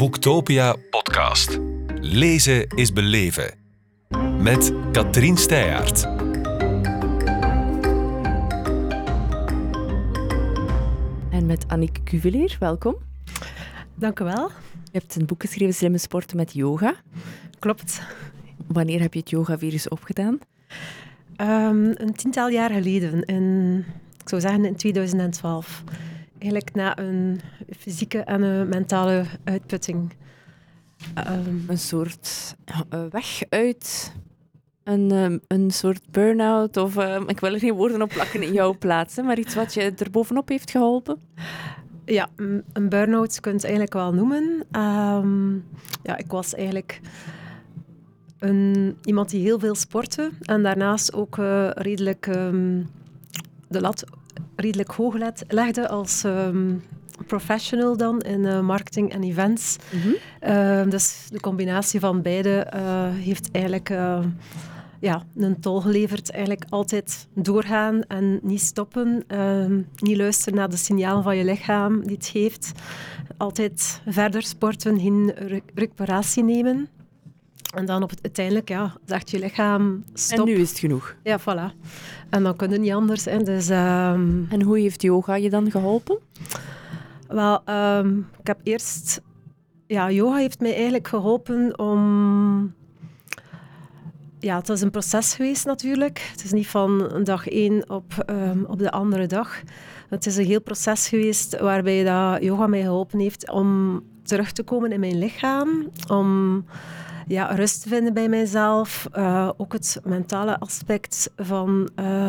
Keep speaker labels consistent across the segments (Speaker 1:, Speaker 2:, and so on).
Speaker 1: Boektopia podcast. Lezen is beleven. Met Katrien Steijaert.
Speaker 2: En met Annick Cuvelier, welkom.
Speaker 3: Dank u wel.
Speaker 2: Je hebt een boek geschreven, Slimme Sporten met Yoga.
Speaker 3: Klopt.
Speaker 2: Wanneer heb je het yogavirus opgedaan?
Speaker 3: Een 10-tal jaar geleden, ik zou zeggen in 2012. Eigenlijk na een fysieke en een mentale uitputting.
Speaker 2: Een soort weg uit een soort burn-out of ik wil er geen woorden op plakken in jouw plaats, maar iets wat je er bovenop heeft geholpen?
Speaker 3: Ja, een burn-out kun je het eigenlijk wel noemen. Ik was eigenlijk iemand die heel veel sportte en daarnaast ook redelijk de lat redelijk hoog legde als professional dan in marketing en events. Mm-hmm. Dus de combinatie van beide heeft eigenlijk een tol geleverd. Eigenlijk altijd doorgaan en niet stoppen. Niet luisteren naar de signalen van je lichaam die het geeft. Altijd verder sporten, geen recuperatie nemen. En dan uiteindelijk zegt je lichaam stop.
Speaker 2: En nu is het genoeg.
Speaker 3: Ja, voilà. En dan kun je niet anders. Hè. Dus,
Speaker 2: En hoe heeft yoga je dan geholpen?
Speaker 3: Wel, ik heb eerst... Ja, yoga heeft mij eigenlijk geholpen om... Ja, het is een proces geweest natuurlijk. Het is niet van dag 1 op de andere dag. Het is een heel proces geweest waarbij dat yoga mij geholpen heeft om terug te komen in mijn lichaam. Om... rust te vinden bij mijzelf. Ook het mentale aspect van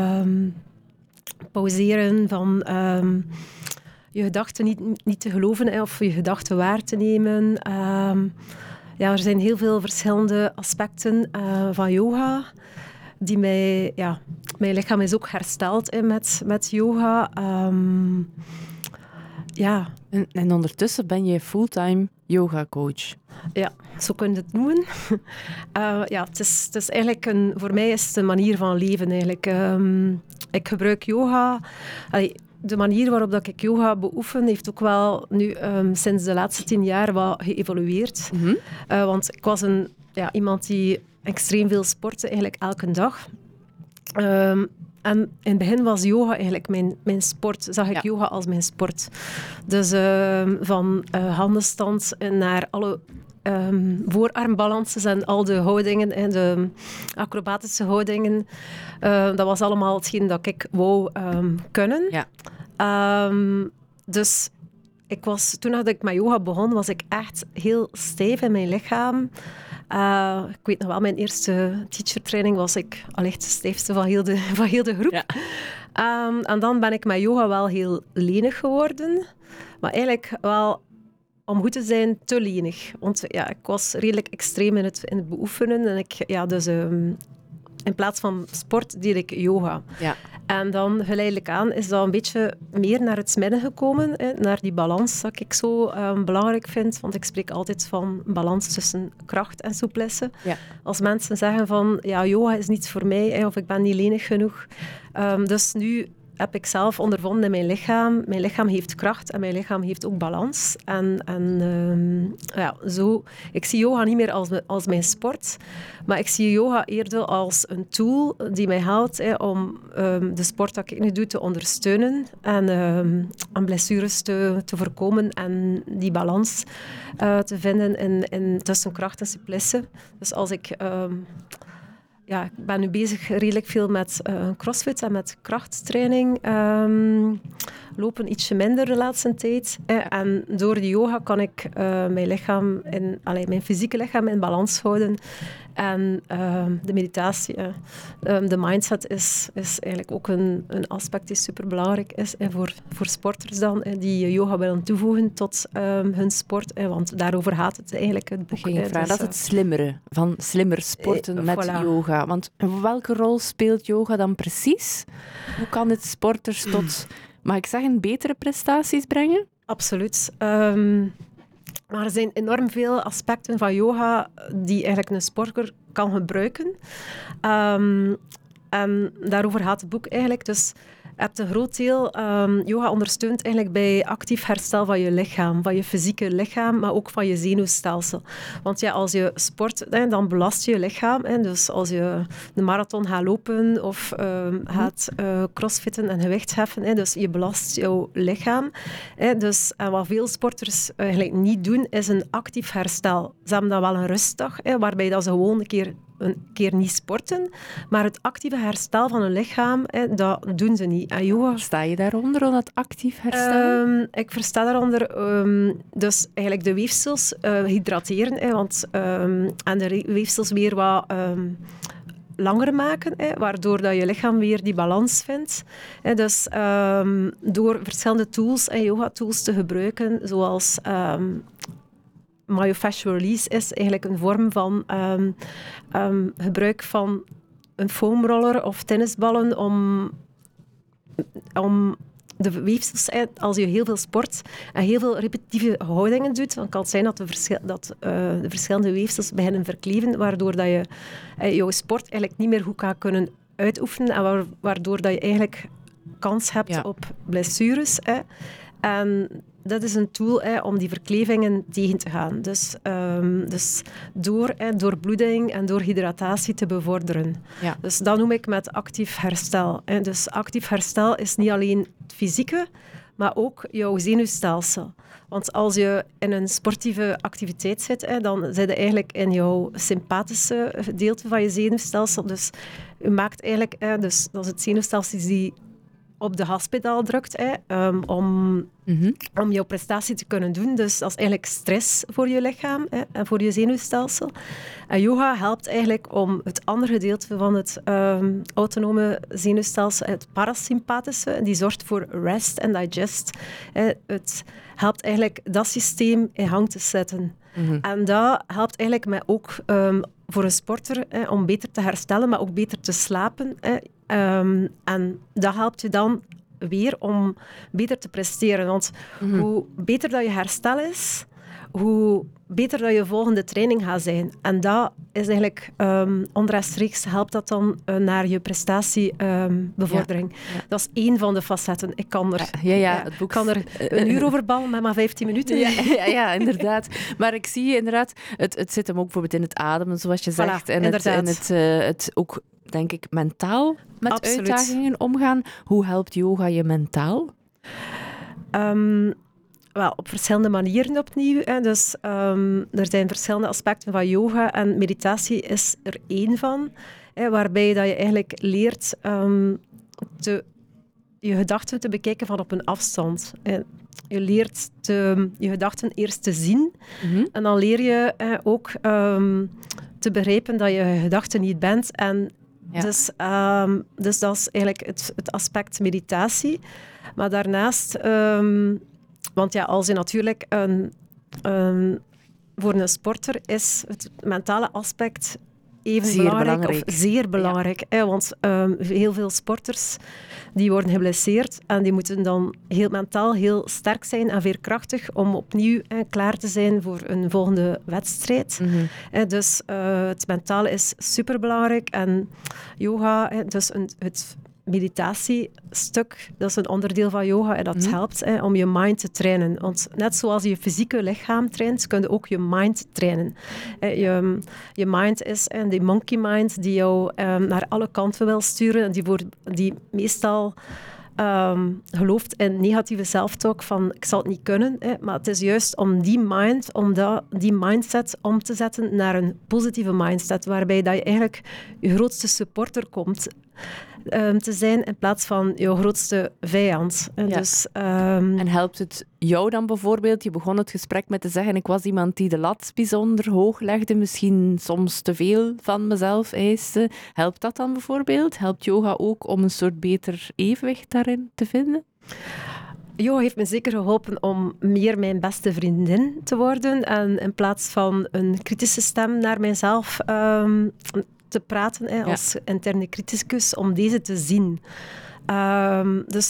Speaker 3: pauzeren, van je gedachten niet te geloven of je gedachten waar te nemen. Er zijn heel veel verschillende aspecten van yoga die mij... Ja, mijn lichaam is ook hersteld met yoga.
Speaker 2: En ondertussen ben je fulltime yoga-coach.
Speaker 3: Ja, zo kun je het noemen. Het is eigenlijk voor mij is het een manier van leven eigenlijk. Ik gebruik yoga... De manier waarop dat ik yoga beoefen heeft ook wel nu sinds de laatste 10 jaar wat geëvolueerd. Mm-hmm. Want ik was iemand die extreem veel sportte, eigenlijk elke dag. En in het begin was yoga eigenlijk mijn sport. Zag ik yoga als mijn sport. Dus van handenstand naar alle voorarmbalances en al de houdingen en de acrobatische houdingen. Dat was allemaal hetgeen dat ik wou kunnen. Ja. Dus toen dat ik met yoga begon, was ik echt heel stijf in mijn lichaam. Ik weet nog wel, mijn eerste teachertraining was ik allicht de stijfste van heel de groep. Ja. En dan ben ik met yoga wel heel lenig geworden. Maar eigenlijk wel, om goed te zijn, te lenig. Want ik was redelijk extreem in het beoefenen. En dus in plaats van sport deed ik yoga. Ja. En dan geleidelijk aan is dat een beetje meer naar het midden gekomen. Naar die balans, dat ik zo belangrijk vind. Want ik spreek altijd van balans tussen kracht en souplesse. Ja. Als mensen zeggen van, yoga is niets voor mij, of ik ben niet lenig genoeg. Dus nu heb ik zelf ondervonden in mijn lichaam. Mijn lichaam heeft kracht en mijn lichaam heeft ook balans. Zo. Ik zie yoga niet meer als mijn sport, maar ik zie yoga eerder als een tool die mij helpt om de sport dat ik nu doe te ondersteunen en blessures te voorkomen en die balans te vinden tussen kracht en souplesse. Dus als ik... ik ben nu bezig redelijk veel met crossfit en met krachttraining. Lopen ietsje minder de laatste tijd. En door de yoga kan ik mijn fysieke lichaam in balans houden. En de meditatie, de mindset is eigenlijk ook een aspect die superbelangrijk is. En voor sporters dan, die yoga willen toevoegen tot hun sport. Want daarover gaat het eigenlijk, het boek.
Speaker 2: Dat is het slimmere, van slimmer sporten met yoga. Want welke rol speelt yoga dan precies? Hoe kan het sporters tot, mag ik zeggen, betere prestaties brengen?
Speaker 3: Absoluut. Maar er zijn enorm veel aspecten van yoga die eigenlijk een sporter kan gebruiken. En daarover gaat het boek eigenlijk. Dus hebt een groot deel... yoga ondersteunt eigenlijk bij actief herstel van je lichaam, van je fysieke lichaam, maar ook van je zenuwstelsel. Want ja, als je sport, dan belast je je lichaam. Dus als je de marathon gaat lopen of gaat crossfitten en gewicht heffen, dus je belast jouw lichaam. Dus, en wat veel sporters eigenlijk niet doen, is een actief herstel. Ze hebben dan wel een rustdag, waarbij dat ze gewoon een keer niet sporten, maar het actieve herstel van hun lichaam, dat doen ze niet. En yoga...
Speaker 2: Sta je daaronder, onder dat actief herstellen?
Speaker 3: Ik versta daaronder dus eigenlijk de weefsels hydrateren, en de weefsels weer wat langer maken, waardoor dat je lichaam weer die balans vindt. Dus door verschillende tools en yoga-tools te gebruiken, zoals... myofascial release is eigenlijk een vorm van gebruik van een foamroller of tennisballen om de weefsels, als je heel veel sport en heel veel repetitieve houdingen doet, dan kan het zijn dat de verschillende weefsels beginnen verkleven, waardoor dat je jouw sport eigenlijk niet meer goed gaat kunnen uitoefenen en waardoor dat je eigenlijk kans hebt op blessures. En dat is een tool om die verklevingen tegen te gaan. Dus door bloeding en door hydratatie te bevorderen. Ja. Dus dat noem ik met actief herstel. Dus actief herstel is niet alleen het fysieke, maar ook jouw zenuwstelsel. Want als je in een sportieve activiteit zit, dan zit je eigenlijk in jouw sympathische gedeelte van je zenuwstelsel. Dus je maakt eigenlijk, dus dat is het zenuwstelsel die op de gaspedaal drukt om jouw prestatie te kunnen doen. Dus dat is eigenlijk stress voor je lichaam en voor je zenuwstelsel. En yoga helpt eigenlijk om het andere gedeelte van het autonome zenuwstelsel, het parasympathische, die zorgt voor rest en digest. Het helpt eigenlijk dat systeem in gang te zetten. Mm-hmm. En dat helpt eigenlijk ook voor een sporter om beter te herstellen, maar ook beter te slapen. En dat helpt je dan weer om beter te presteren. Want hoe beter dat je herstel is, hoe beter dat je volgende training gaat zijn. En dat is eigenlijk onrechtstreeks helpt dat dan naar je prestatiebevordering. Ja. Dat is één van de facetten. Ik kan er, het boek... kan er een uur over ballen met maar 15 minuten.
Speaker 2: Ja, inderdaad. Maar ik zie inderdaad, het zit hem ook bijvoorbeeld in het ademen, zoals je zegt. En het ook, denk ik, mentaal met uitdagingen omgaan. Hoe helpt yoga je mentaal?
Speaker 3: Wel, op verschillende manieren opnieuw. Dus er zijn verschillende aspecten van yoga en meditatie is er één van. Waarbij dat je eigenlijk leert je gedachten te bekijken van op een afstand. Je leert je gedachten eerst te zien. Mm-hmm. En dan leer je ook te begrijpen dat je gedachten niet bent. En dus dat is eigenlijk het aspect meditatie. Maar daarnaast... want ja, als je natuurlijk voor een sporter is het mentale aspect even zeer belangrijk. Want heel veel sporters die worden geblesseerd en die moeten dan mentaal heel sterk zijn en veerkrachtig om opnieuw klaar te zijn voor een volgende wedstrijd. Mm-hmm. Dus het mentale is superbelangrijk en yoga, dus het meditatiestuk, dat is een onderdeel van yoga en dat helpt om je mind te trainen. Want net zoals je fysieke lichaam traint, kun je ook je mind trainen. Je mind is die monkey mind die jou naar alle kanten wil sturen en die meestal gelooft in negatieve self-talk van ik zal het niet kunnen. Maar het is juist om die mindset om te zetten naar een positieve mindset, waarbij dat je eigenlijk je grootste supporter komt te zijn in plaats van jouw grootste vijand. Dus,
Speaker 2: en helpt het jou dan bijvoorbeeld? Je begon het gesprek met te zeggen, ik was iemand die de lat bijzonder hoog legde, misschien soms te veel van mezelf eiste. Helpt dat dan bijvoorbeeld? Helpt yoga ook om een soort beter evenwicht daarin te vinden?
Speaker 3: Yoga heeft me zeker geholpen om meer mijn beste vriendin te worden en in plaats van een kritische stem naar mijzelf te praten als interne criticus, om deze te zien. Dus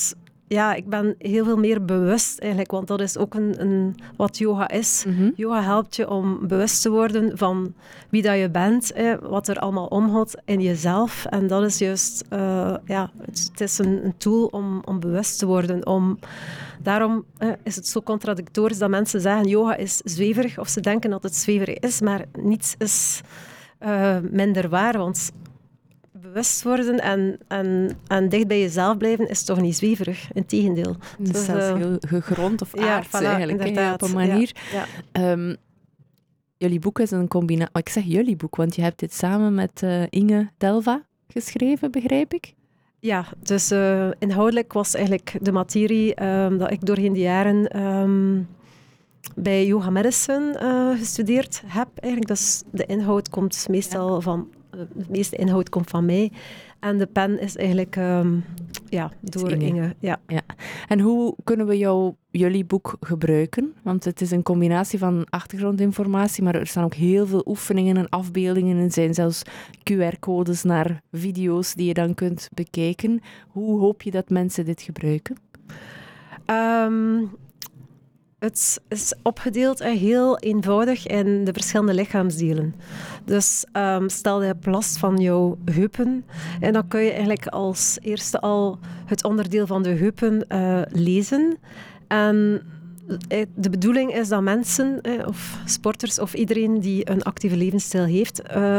Speaker 3: ik ben heel veel meer bewust eigenlijk, want dat is ook een wat yoga is.
Speaker 2: Mhm.
Speaker 3: Yoga helpt je om bewust te worden van wie dat je bent, wat er allemaal omgaat in jezelf. En dat is juist, het is een tool om bewust te worden. Daarom is het zo contradictorisch dat mensen zeggen yoga is zweverig, of ze denken dat het zweverig is, maar niets is minder waar, want bewust worden en dicht bij jezelf blijven is toch niet zweverig. Integendeel.
Speaker 2: Het is zelfs heel gegrond of aards eigenlijk,
Speaker 3: inderdaad.
Speaker 2: op een manier.
Speaker 3: Ja.
Speaker 2: Jullie boek is een combinatie... Ik zeg jullie boek, want je hebt dit samen met Inge Delva geschreven, begrijp ik?
Speaker 3: Ja, dus inhoudelijk was eigenlijk de materie dat ik doorheen de jaren bij Yoga Medicine gestudeerd heb. Eigenlijk, dus de inhoud komt meestal van... De meeste inhoud komt van mij. En de pen is eigenlijk door Inge. Ja.
Speaker 2: En hoe kunnen we jullie boek gebruiken? Want het is een combinatie van achtergrondinformatie, maar er staan ook heel veel oefeningen en afbeeldingen. Er zijn zelfs QR-codes naar video's die je dan kunt bekijken. Hoe hoop je dat mensen dit gebruiken?
Speaker 3: Het is opgedeeld heel eenvoudig in de verschillende lichaamsdelen. Dus stel je hebt last van jouw heupen en dan kun je eigenlijk als eerste al het onderdeel van de heupen lezen. En de bedoeling is dat mensen of sporters of iedereen die een actieve levensstijl heeft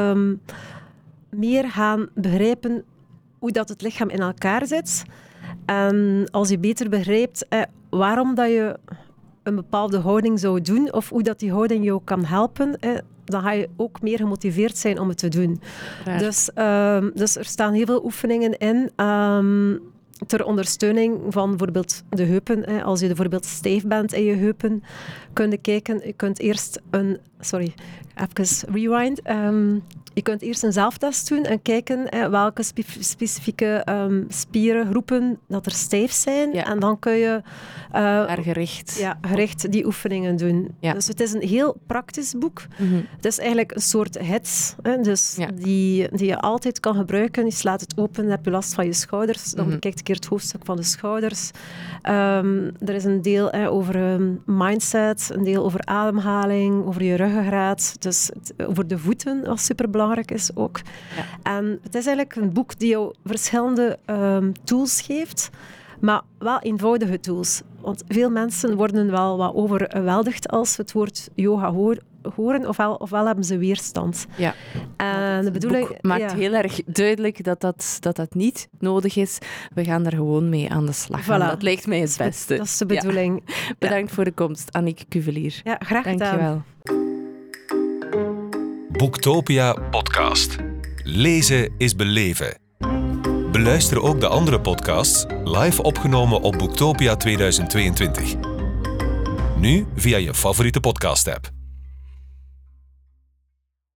Speaker 3: meer gaan begrijpen hoe dat het lichaam in elkaar zit. En als je beter begrijpt waarom dat je een bepaalde houding zou doen of hoe dat die houding jou kan helpen, dan ga je ook meer gemotiveerd zijn om het te doen. Dus er staan heel veel oefeningen in ter ondersteuning van bijvoorbeeld de heupen. Als je bijvoorbeeld stijf bent in je heupen, kun je kijken. Je kunt eerst even rewind. Je kunt eerst een zelftest doen en kijken welke specifieke spierengroepen dat er stijf zijn.
Speaker 2: Ja.
Speaker 3: En dan kun je
Speaker 2: gericht
Speaker 3: die oefeningen doen.
Speaker 2: Ja.
Speaker 3: Dus het is een heel praktisch boek.
Speaker 2: Mm-hmm.
Speaker 3: Het is eigenlijk een soort hits, die je altijd kan gebruiken. Je slaat het open, dan heb je last van je schouders. Dan bekijkt een keer het hoofdstuk van de schouders. Er is een deel over mindset, een deel over ademhaling, over je ruggengraat. Dus over de voeten, wat superbelangrijk is ook. Ja. En het is eigenlijk een boek die jou verschillende tools geeft, maar wel eenvoudige tools. Want veel mensen worden wel wat overweldigd als ze het woord yoga horen, ofwel hebben ze weerstand.
Speaker 2: Ja.
Speaker 3: En de bedoeling
Speaker 2: boek maakt heel erg duidelijk dat niet nodig is. We gaan daar gewoon mee aan de slag.
Speaker 3: Voilà.
Speaker 2: Dat lijkt mij het beste.
Speaker 3: Dat is de bedoeling.
Speaker 2: Ja. Bedankt voor de komst, Annick Cuvelier.
Speaker 3: Ja, graag gedaan.
Speaker 2: Dankjewel.
Speaker 1: Boektopia podcast. Lezen is beleven. Beluister ook de andere podcasts live opgenomen op Boektopia 2022. Nu via je favoriete podcast-app.